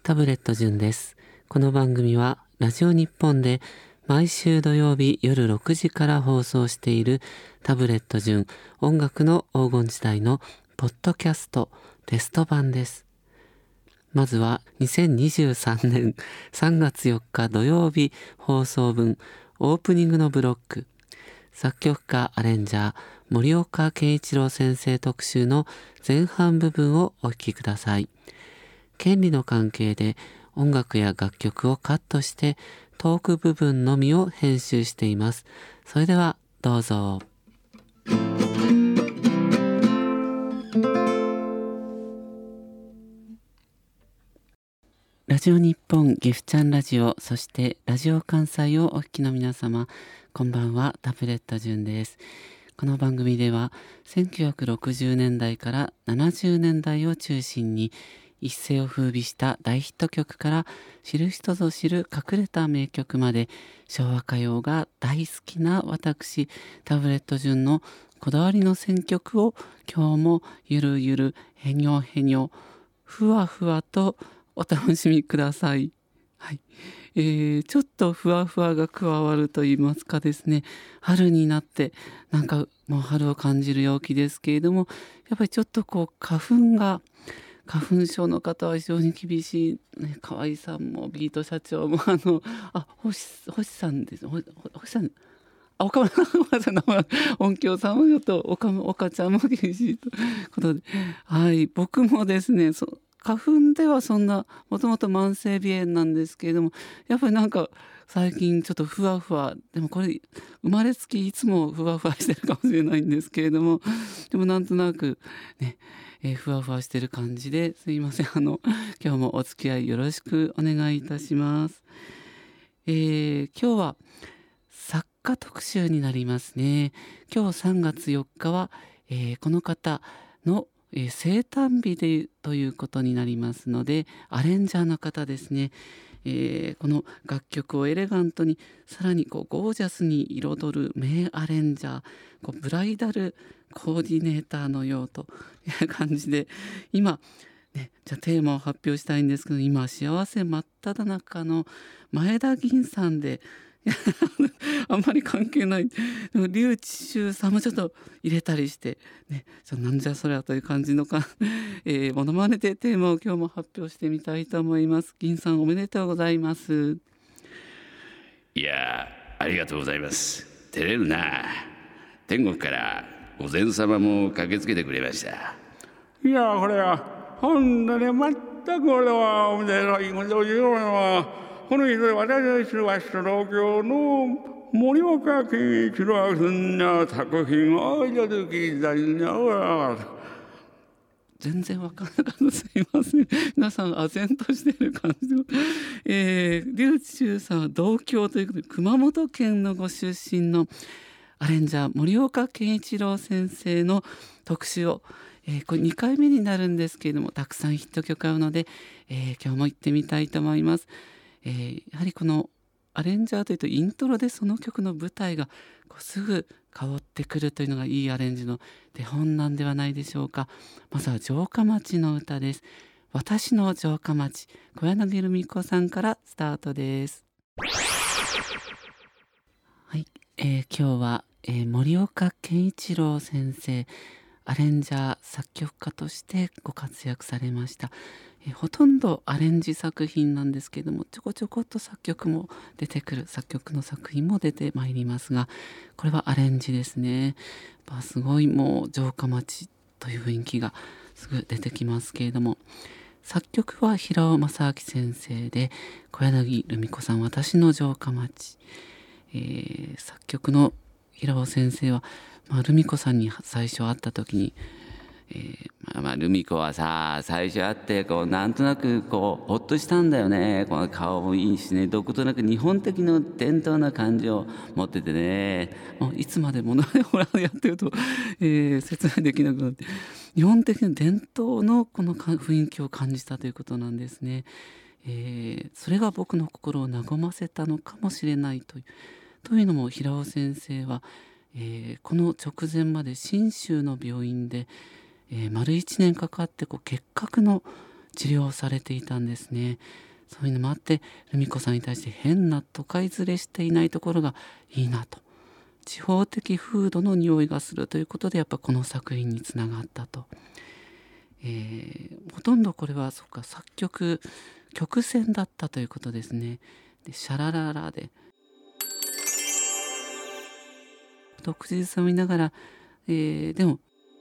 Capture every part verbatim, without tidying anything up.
タブレット純です。この番組はラジオ日本で毎週土曜日夜ろくじから放送しているタブレット純音楽の黄金時代のポッドキャストテスト版です。まずはにせんにじゅうさんねんさんがつよっか土曜日放送分オープニングのブロック、作曲家アレンジャー森岡健一郎先生特集の前半部分をお聴きください。権利の関係で音楽や楽曲をカットしてトーク部分のみを編集しています。それではどうぞ。ラジオ日本ギフチャンラジオ、そしてラジオ関西をお聞きの皆様、こんばんは。タブレット純です。この番組ではせんきゅうひゃくろくじゅうねんだいからななじゅうねんだいを中心に一世を風靡した大ヒット曲から知る人ぞ知る隠れた名曲まで、昭和歌謡が大好きな私タブレット純のこだわりの選曲を今日もゆるゆるへにょへにょふわふわとお楽しみください。はい、えー、ちょっとふわふわが加わると言いますかですね、春になってなんかもう春を感じる陽気ですけれども、やっぱりちょっとこう花粉が花粉症の方は非常に厳しい、ね、河合さんもビート社長もあのあ星星さんですほ星さんあ岡村さんの音響さんもよと岡岡ちゃんも厳しいということで、はい、僕もですねそ花粉ではそんなもともと慢性鼻炎なんですけれども、やっぱりなんか最近ちょっとふわふわ、でもこれ生まれつきいつもふわふわしてるかもしれないんですけれども、でもなんとなくね、えー、ふわふわしてる感じですいません。あの今日もお付き合いよろしくお願いいたします。えー、今日は作家特集になりますね。今日さんがつよっかは、えー、この方のえー、生誕日でということになりますので、アレンジャーの方ですね、えー、この楽曲をエレガントにさらにこうゴージャスに彩る名アレンジャー、こうブライダルコーディネーターのようという感じで、今ね、じゃあテーマを発表したいんですけど、今幸せ真っ只中の前田銀さんであんまり関係ない、でも笠智秀さんもちょっと入れたりして、ね、ちょっとなんじゃそりゃという感じのか、えー、モノマネでテーマを今日も発表してみたいと思います。銀さんおめでとうございます。 いやありがとうございます。照れるな。天国からお膳様も駆けつけてくれました。 いやこれは本当に全く俺はおめでたいことを言うのは、この人私は東京の森岡健一郎さんの作品をいただきたいな。 全然わからなかった、すいません。皆さん唖然としている感じの、えー、笠智秀さんは同郷ということで熊本県のご出身のアレンジャー森岡健一郎先生の特集を、えー、これにかいめになるんですけれども、たくさんヒット曲あるので、えー、今日も行ってみたいと思います。えー、やはりこのアレンジャーというとイントロでその曲の舞台がこうすぐ香ってくるというのがいいアレンジの手本なんではないでしょうか。まずは城下町の歌です。私の城下町、小柳ルミ子さんからスタートです。はい、えー、今日は、えー、森岡健一郎先生、アレンジャー作曲家としてご活躍されました。えー、ほとんどアレンジ作品なんですけれども、ちょこちょこっと作曲も出てくる、作曲の作品も出てまいりますが、これはアレンジですね。まあ、すごいもう城下町という雰囲気がすぐ出てきますけれども、作曲は平尾正明先生で、小柳ルミ子さん私の城下町、えー、作曲の平尾先生は、まあ、ルミ子さんに最初会った時に、えー、まあまあルミ子はさ最初会ってこうなんとなくこうほっとしたんだよね。この顔もいいしね、独特なく日本的な伝統な感じを持っててね、もういつまでものまねをやってると、えー、説明できなくなって、日本的な伝統のこの雰囲気を感じたということなんですね。えー、それが僕の心を和ませたのかもしれないという。というのも平尾先生は、えー、この直前まで信州の病院で、えー、丸いちねんかかってこう結核の治療されていたんですね。そういうのもあってルミ子さんに対して変な都会連れしていないところがいいなと、地方的風土の匂いがするということでやっぱこの作品につながったと。えー、ほとんどこれはそうか作曲曲線だったということですね。でシャラララで独自さを見ながら、えー、でもこ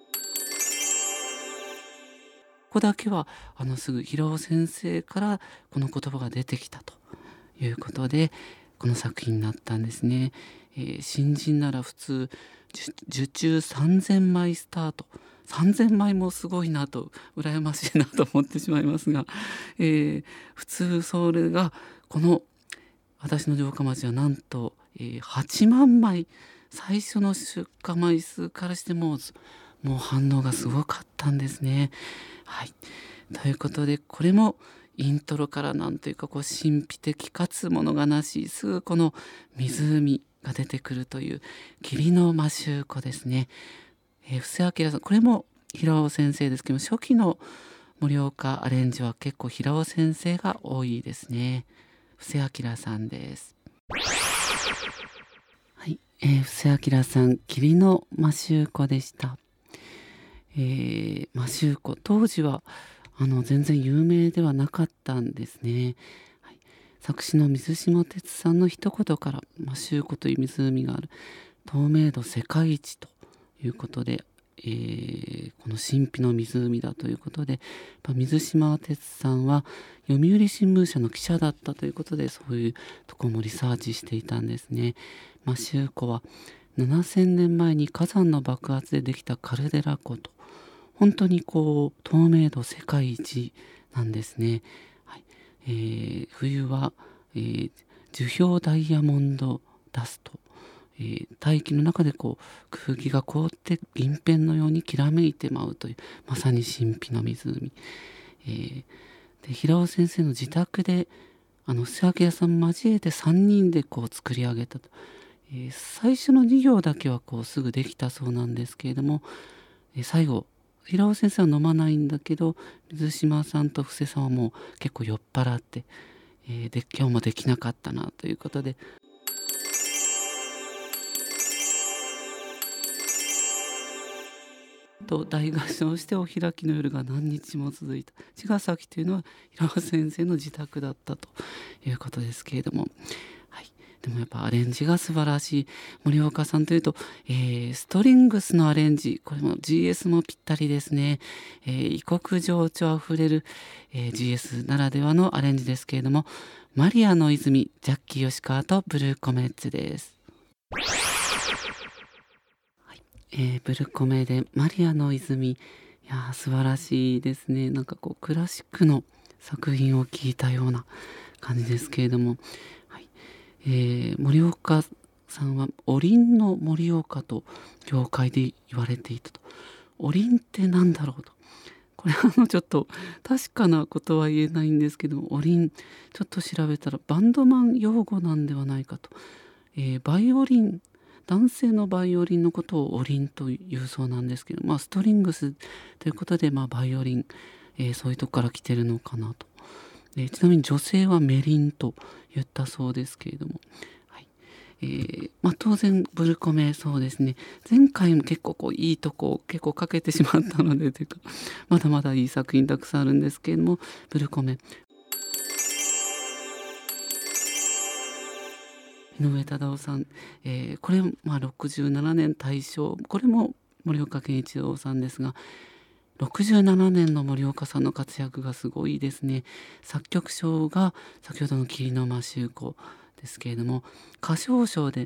こだけはあのすぐ平尾先生からこの言葉が出てきたということでこの作品になったんですね。えー、新人なら普通受注さんぜんまいスタート、さんぜんまいもすごいなと羨ましいなと思ってしまいますが、えー、普通それがこの私の城下町はなんと、えー、はちまんまい、最初の出荷枚数からしてももう反応がすごかったんですね。はい、ということでこれもイントロからなんというかこう神秘的かつ物悲しいすぐこの湖が出てくるという霧の摩周湖ですね。えー、布施明さん、これも平尾先生ですけども初期の盛岡アレンジは結構平尾先生が多いですね。布施明さんです。はい、えー、布施明さん霧の摩周湖でした。えー、摩周湖当時はあの全然有名ではなかったんですね。はい、作詞の水島哲さんの一言から摩周湖という湖がある、透明度世界一ということで、えー、この神秘の湖だということで、やっぱ水島哲さんは読売新聞社の記者だったということでそういうとこもリサーチしていたんですね。摩周湖はななせんねんまえに火山の爆発でできたカルデラ湖と本当にこう透明度世界一なんですね。はい、えー、冬は、えー、樹氷ダイヤモンドダスト、えー、大気の中でこう空気が凍って銀片のようにきらめいて舞うというまさに神秘の湖、えー、で平尾先生の自宅であの布施明さん交えてさんにんでこう作り上げたと、えー、最初のに行だけはこうすぐできたそうなんですけれども、えー、最後平尾先生は飲まないんだけど水島さんと布施さんはもう結構酔っ払って、えー、で今日もできなかったなということでと大合唱してお開きの夜が何日も続いた。茅ヶ崎というのは平尾先生の自宅だったということですけれども、はい、でもやっぱアレンジが素晴らしい森岡さんというと、えー、ストリングスのアレンジ、これも ジーエス もぴったりですね。えー、異国情緒あふれる、えー、ジーエス ならではのアレンジですけれども、マリアの泉、ジャッキー吉川とブルーコメッツです。えー、ブルコメでマリアの泉、いやー素晴らしいですね。なんかこうクラシックの作品を聞いたような感じですけれども、はい、えー、森岡さんはおりんの森岡と業界で言われていたと。おりんってなんだろうと、これあのちょっと確かなことは言えないんですけども、おりんちょっと調べたらバンドマン用語なんではないかと、えー、バイオリン、男性のバイオリンのことをおりんというそうなんですけど、まあ、ストリングスということで、まあ、バイオリン、えー、そういうとこから来てるのかなと、えー、ちなみに女性はメリンと言ったそうですけれども、はい、えーまあ、当然ブルコメそうですね、前回も結構こういいとこを結構かけてしまったのでというかまだまだいい作品たくさんあるんですけれども、ブルコメ井上忠夫さん、えー、これ、まあ、ろくじゅうななねん大賞、これも森岡健一郎さんですが、ろくじゅうななねんの森岡さんの活躍がすごいですね。作曲賞が先ほどの霧の摩周湖ですけれども、歌唱賞で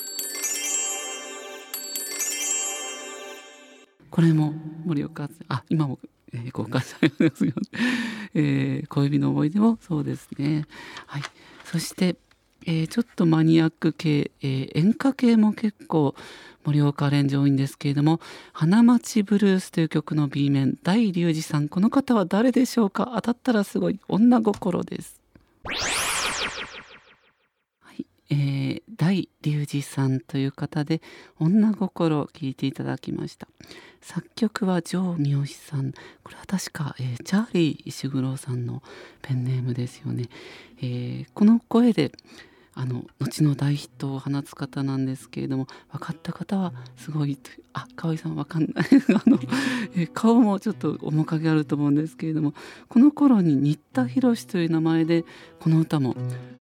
これも森岡、あ今も、えー、公開されますよ、えー、小指の思い出もそうですね。はい、そしてえー、ちょっとマニアック系、えー、演歌系も結構森岡アレンジ多いんですけれども、花街ブルースという曲の B 面、大龍二さん、この方は誰でしょうか。当たったらすごい、女心です。はい、 えー、大隆二さんという方で女心を聴いていただきました。作曲は城三好さん。これは確か、えー、チャーリー石黒さんのペンネームですよね。えー、この声であの後の大ヒットを放つ方なんですけれども、分かった方はすごいという。あ、河合さん分かんないあの、えー、顔もちょっと面影あると思うんですけれども、この頃に新田浩という名前でこの歌も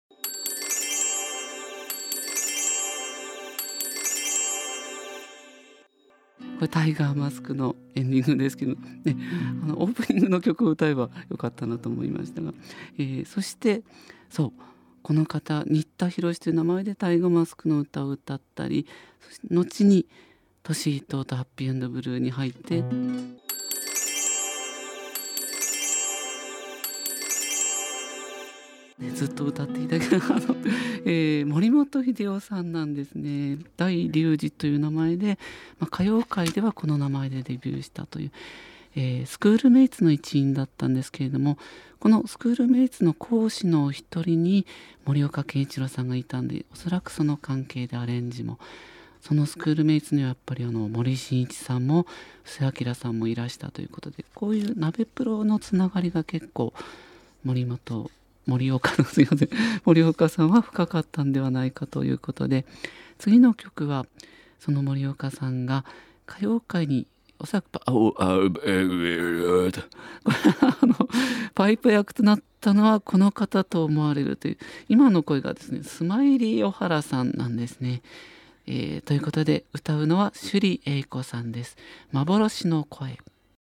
これタイガーマスクのエンディングですけど、ね、あのオープニングの曲を歌えばよかったなと思いましたが、えー、そしてそうこの方新田浩という名前でタイガーマスクの歌を歌ったり、そして後にトシイトとハッピーエンドブルーに入ってずっと歌っていただけるあの、えー、森本秀夫さんなんですね。大隆二という名前で、まあ、歌謡界ではこの名前でデビューしたという、えー、スクールメイツの一員だったんですけれども、このスクールメイツの講師の一人に森岡健一郎さんがいたんで、おそらくその関係でアレンジも、そのスクールメイツにはやっぱりあの森進一さんも布施明さんもいらしたということで、こういう鍋プロのつながりが結構森本森岡のすいません森岡さんは深かったんではないかということで、次の曲はその森岡さんが歌謡界におそらくパあのパイプ役となったのはこの方と思われるという、今の声がですねスマイリー小原さんなんですね。えー、ということで歌うのは首里英子さんです。幻の声。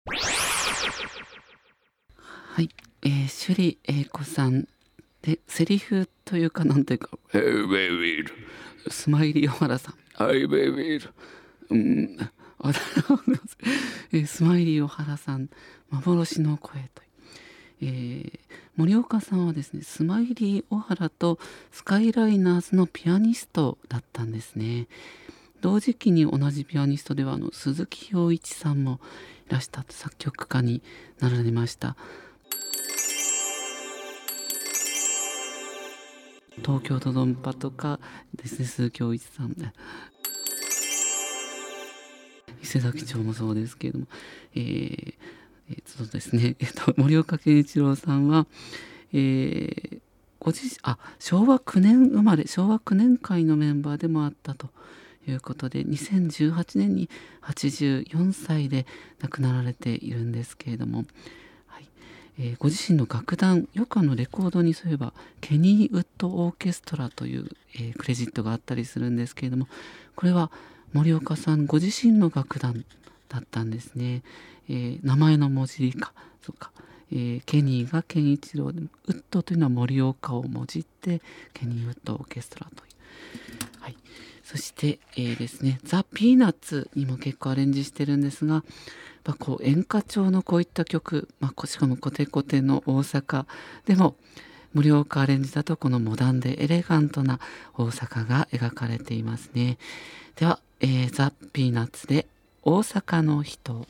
はい、えー、首里英子さんでセリフというかなんというかスマイリー小原さん、うん、えー、スマイリー小原さん幻の声という、えー、森岡さんはですねスマイリー小原とスカイライナーズのピアニストだったんですね。同時期に同じピアニストではあの鈴木陽一さんもいらした作曲家になられました。東京都ドンパとかですね、鈴木陽一さん、伊勢崎町もそうですけれども、えーえー、そうですね、えっと、森岡健一郎さんは、えー、ご自あ昭和くねん生まれ、昭和くねん会のメンバーでもあったということで、にせんじゅうはちねんにはちじゅうよんさいで亡くなられているんですけれども、えー、ご自身の楽団、よくあのレコードにそういえばケニーウッドオーケストラという、えー、クレジットがあったりするんですけれども、これは森岡さんご自身の楽団だったんですね。えー、名前の文字かそうか、えー、ケニーが健一郎で、ウッドというのは森岡をもじってケニーウッドオーケストラという、はい、そして、えー、ですねザ・ピーナッツにも結構アレンジしてるんですが、まあ、こう演歌調のこういった曲、まあ、しかもコテコテの大阪でも森岡アレンジだとこのモダンでエレガントな大阪が描かれていますね。では、えー、ザ・ピーナッツで大阪の人。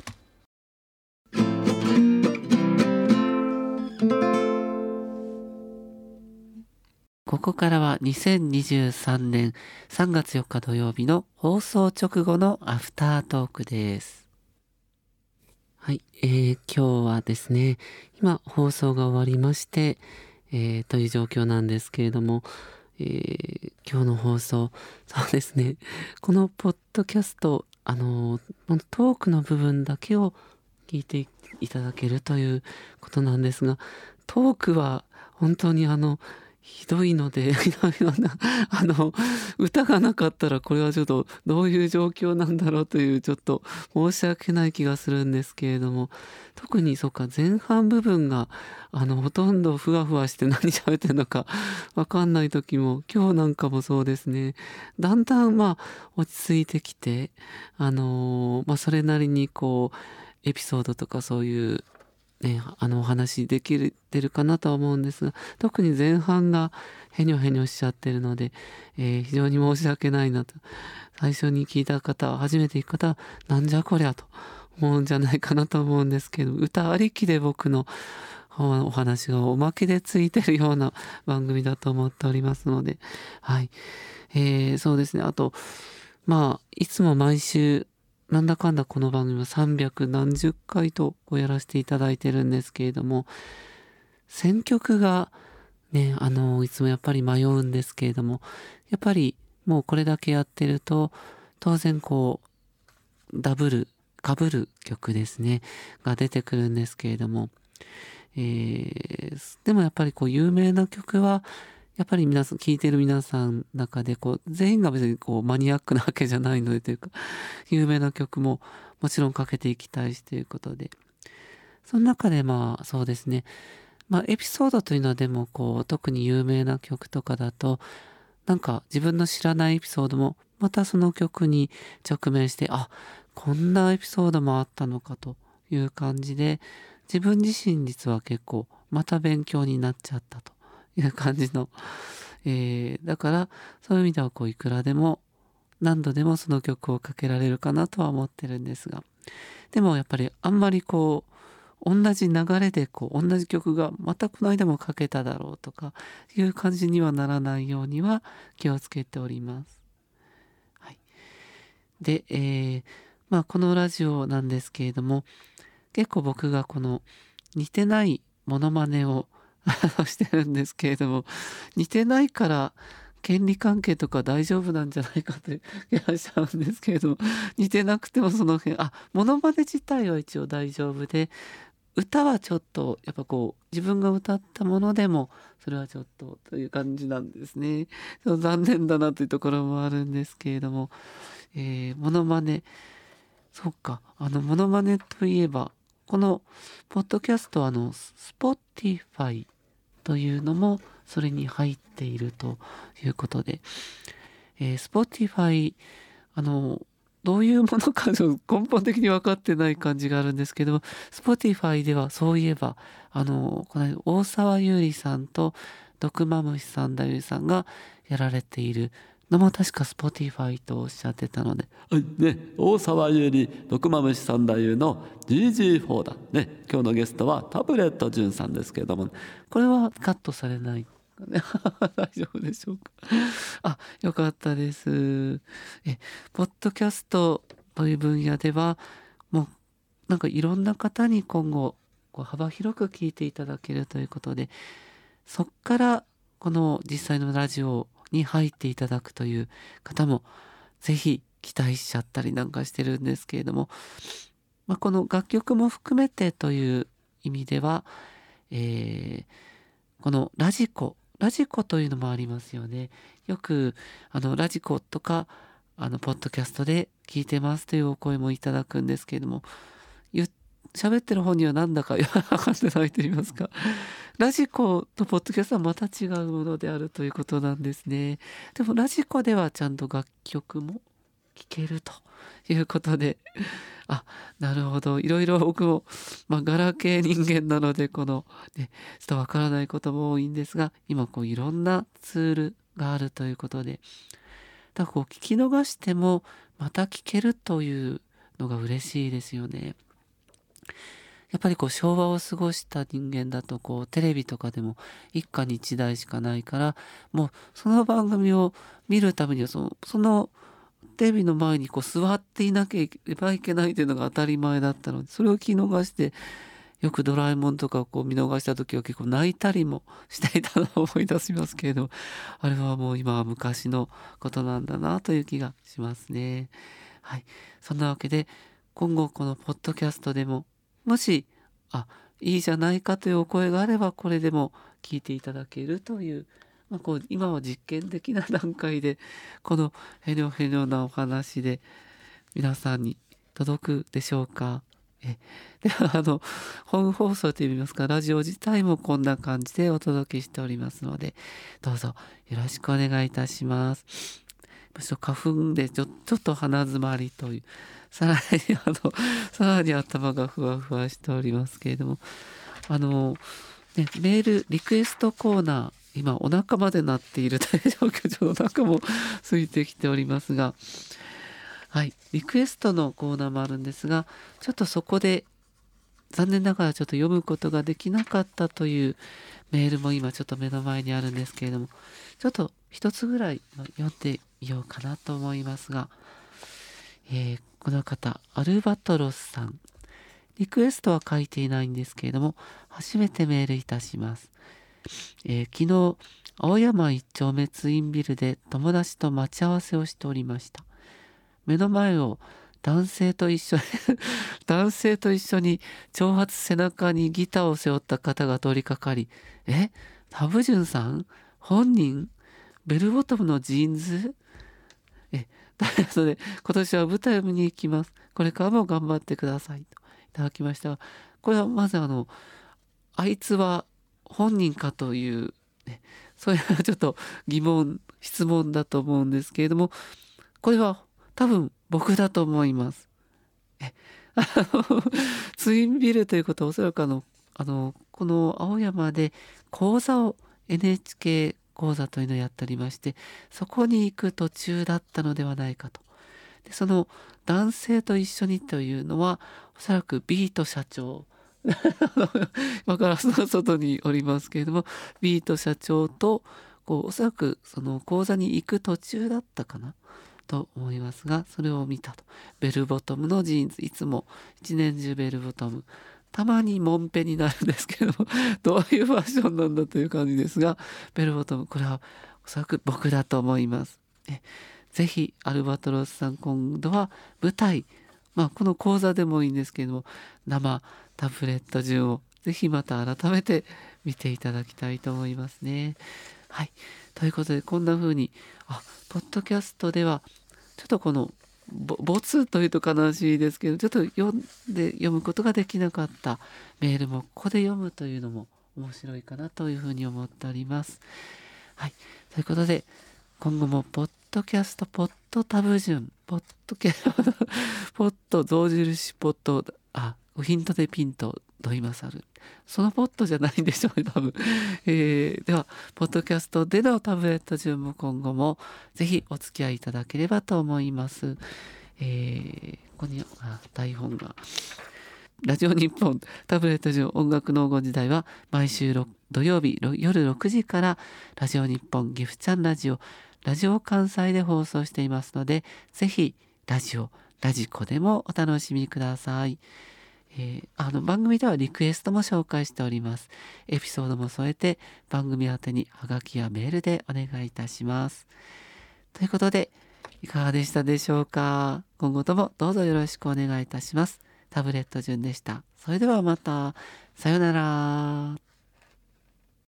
ここからはにせんにじゅうさんねんさんがつよっか土曜日の放送直後のアフタートークです。はい、えー、今日はですね、今放送が終わりまして、えー、という状況なんですけれども、えー、今日の放送、そうですね、このポッドキャスト、あのー、トークの部分だけを聞いていただけるということなんですが、トークは本当にあのひどいのであの歌がなかったらこれはちょっとどういう状況なんだろうという、ちょっと申し訳ない気がするんですけれども、特にそうか前半部分があのほとんどふわふわして何喋ってるのかわかんない時も、今日なんかもそうですね、だんだんまあ落ち着いてきて、あのー、まあそれなりにこうエピソードとかそういうね、あのお話できてるかなとは思うんですが、特に前半がへにょへにょしちゃってるので、えー、非常に申し訳ないなと。最初に聞いた方は、初めて聞く方はなんじゃこりゃと思うんじゃないかなと思うんですけど、歌ありきで僕のお話がおまけでついてるような番組だと思っておりますので、はい、えー、そうですね。あとまあいつも毎週なんだかんだこの番組はさんびゃくなんじゅっかいとこうやらせていただいてるんですけれども、選曲がね、あのいつもやっぱり迷うんですけれども、やっぱりもうこれだけやってると当然こうダブル被る曲ですねが出てくるんですけれども、えー、でもやっぱりこう有名な曲はやっぱり皆さん聴いてる皆さんの中でこう全員が別にこうマニアックなわけじゃないのでというか、有名な曲ももちろんかけていきたいしということで、その中でまあそうですね、まあエピソードというのはでもこう特に有名な曲とかだとなんか自分の知らないエピソードもまたその曲に直面して、あ、こんなエピソードもあったのかという感じで、自分自身実は結構また勉強になっちゃったという感じの、えー、だからそういう意味ではこういくらでも何度でもその曲をかけられるかなとは思ってるんですが、でもやっぱりあんまりこう同じ流れでこう同じ曲がまたこの間もかけただろうとかいう感じにはならないようには気をつけております。はい、で、えー、まあこのラジオなんですけれども、結構僕がこの似てないモノマネをしてるんですけれども、似てないから権利関係とか大丈夫なんじゃないかという気がしちゃうんですけれども、似てなくてもその辺、あ、モノマネ自体は一応大丈夫で、歌はちょっとやっぱこう自分が歌ったものでもそれはちょっとという感じなんですね。残念だなというところもあるんですけれども、えー、モノマネ、そっか、あのモノマネといえばこのポッドキャストはあの Spotify というのもそれに入っているということで、えー、Spotify あのどういうものか根本的に分かってない感じがあるんですけども、 Spotify ではそういえばあのこの大沢優里さんと毒マムシさんだゆさんがやられているのも確か Spotify とおっしゃってたので、 はいね、大沢優里毒マムシさんだゆの ジージーフォー だね。今日のゲストはタブレット純さんですけれども、 これはカットされない大丈夫でしょうか。あ、よかったです。え、ポッドキャストという分野ではもうなんかいろんな方に今後こう幅広く聞いていただけるということで、そっからこの実際のラジオに入っていただくという方もぜひ期待しちゃったりなんかしてるんですけれども、まあ、この楽曲も含めてという意味では、えー、このラジコラジコというのもありますよね。よくあのラジコとかあのポッドキャストで聞いてますというお声もいただくんですけれども、喋ってる方にはなんだか分かってないと言いますか、ラジコとポッドキャストはまた違うものであるということなんですね。でもラジコではちゃんと楽曲も聴けるということで、あ、なるほど、いろいろ僕も、まあ、ガラケー人間なのでこの、ね、ちょっとわからないことも多いんですが、今こういろんなツールがあるということで、だからこう聞き逃してもまた聞けるというのが嬉しいですよね。やっぱりこう昭和を過ごした人間だとこうテレビとかでも一家に一台しかないから、もうその番組を見るためにはその、そのテレビの前にこう座っていなければいけないというのが当たり前だったので、それを聞き逃してよくドラえもんとかをこう見逃した時は結構泣いたりもしていたのを思い出しますけれど、あれはもう今は昔のことなんだなという気がしますね。はい、そんなわけで今後このポッドキャストでももしあいいじゃないかというお声があればこれでも聞いていただけるという、まあ、こう今は実験的な段階でこのヘニョヘニョなお話で皆さんに届くでしょうか。えではあの本放送といいますかラジオ自体もこんな感じでお届けしておりますので、どうぞよろしくお願いいたします。花粉でちょ、ちょっと鼻づまりという、さらにあのさらに頭がふわふわしておりますけれども、あの、ね、メールリクエストコーナー今お腹までなっているという状況、ちょっとお腹も空いてきておりますが、はい、リクエストのコーナーもあるんですが、ちょっとそこで残念ながらちょっと読むことができなかったというメールも今ちょっと目の前にあるんですけれども、ちょっと一つぐらい読んでみようかなと思いますが、えー、この方アルバトロスさん、リクエストは書いていないんですけれども、初めてメールいたします。えー、昨日青山一丁目ツインビルで友達と待ち合わせをしておりました。目の前を男性と一緒に男性と一緒に長髪背中にギターを背負った方が通りかかり、え、タブジュンさん本人ベルボトムのジーンズ、え、ということで今年は舞台を見に行きます。これからも頑張ってくださいといただきました。これはまずあのあいつは本人かという、ね、そういうちょっと疑問質問だと思うんですけれども、これは多分僕だと思います。えあのツインビルということはおそらくあのあのこの青山で講座を エヌエイチケー 講座というのをやっておりまして、そこに行く途中だったのではないかと。でその男性と一緒にというのはおそらくビート社長今からその外におりますけれども、ビート社長とこうおそらくその講座に行く途中だったかなと思いますが、それを見たと。ベルボトムのジーンズ、いつも一年中ベルボトム、たまにモンペになるんですけどもどういうファッションなんだという感じですが、ベルボトム、これはおそらく僕だと思います。えぜひアルバトロスさん、今度は舞台、まあこの講座でもいいんですけれども、生タブレット順をぜひまた改めて見ていただきたいと思いますね。はい、ということでこんな風にあポッドキャストではちょっとこの没というと悲しいですけど、ちょっと読んで読むことができなかったメールもここで読むというのも面白いかなというふうに思っております。はい、ということで今後もポッドキャストポッドタブ順ポッドキャポッド象印ポッドあヒントでピントドイマサル、そのポッドじゃないんでしょうね多分、えー、ではポッドキャストでのタブレット順も今後もぜひお付き合いいただければと思います。えー、ここにあ台本がラジオ日本タブレット順音楽の黄金時代は毎週土曜日夜ろくじからラジオ日本ギフちゃんラジオラジオ関西で放送していますので、ぜひラジオラジコでもお楽しみください。えー、あの番組ではリクエストも紹介しております。エピソードも添えて番組宛てにハガキやメールでお願いいたします。ということでいかがでしたでしょうか。今後ともどうぞよろしくお願いいたします。タブレット順でした。それではまた。さようなら。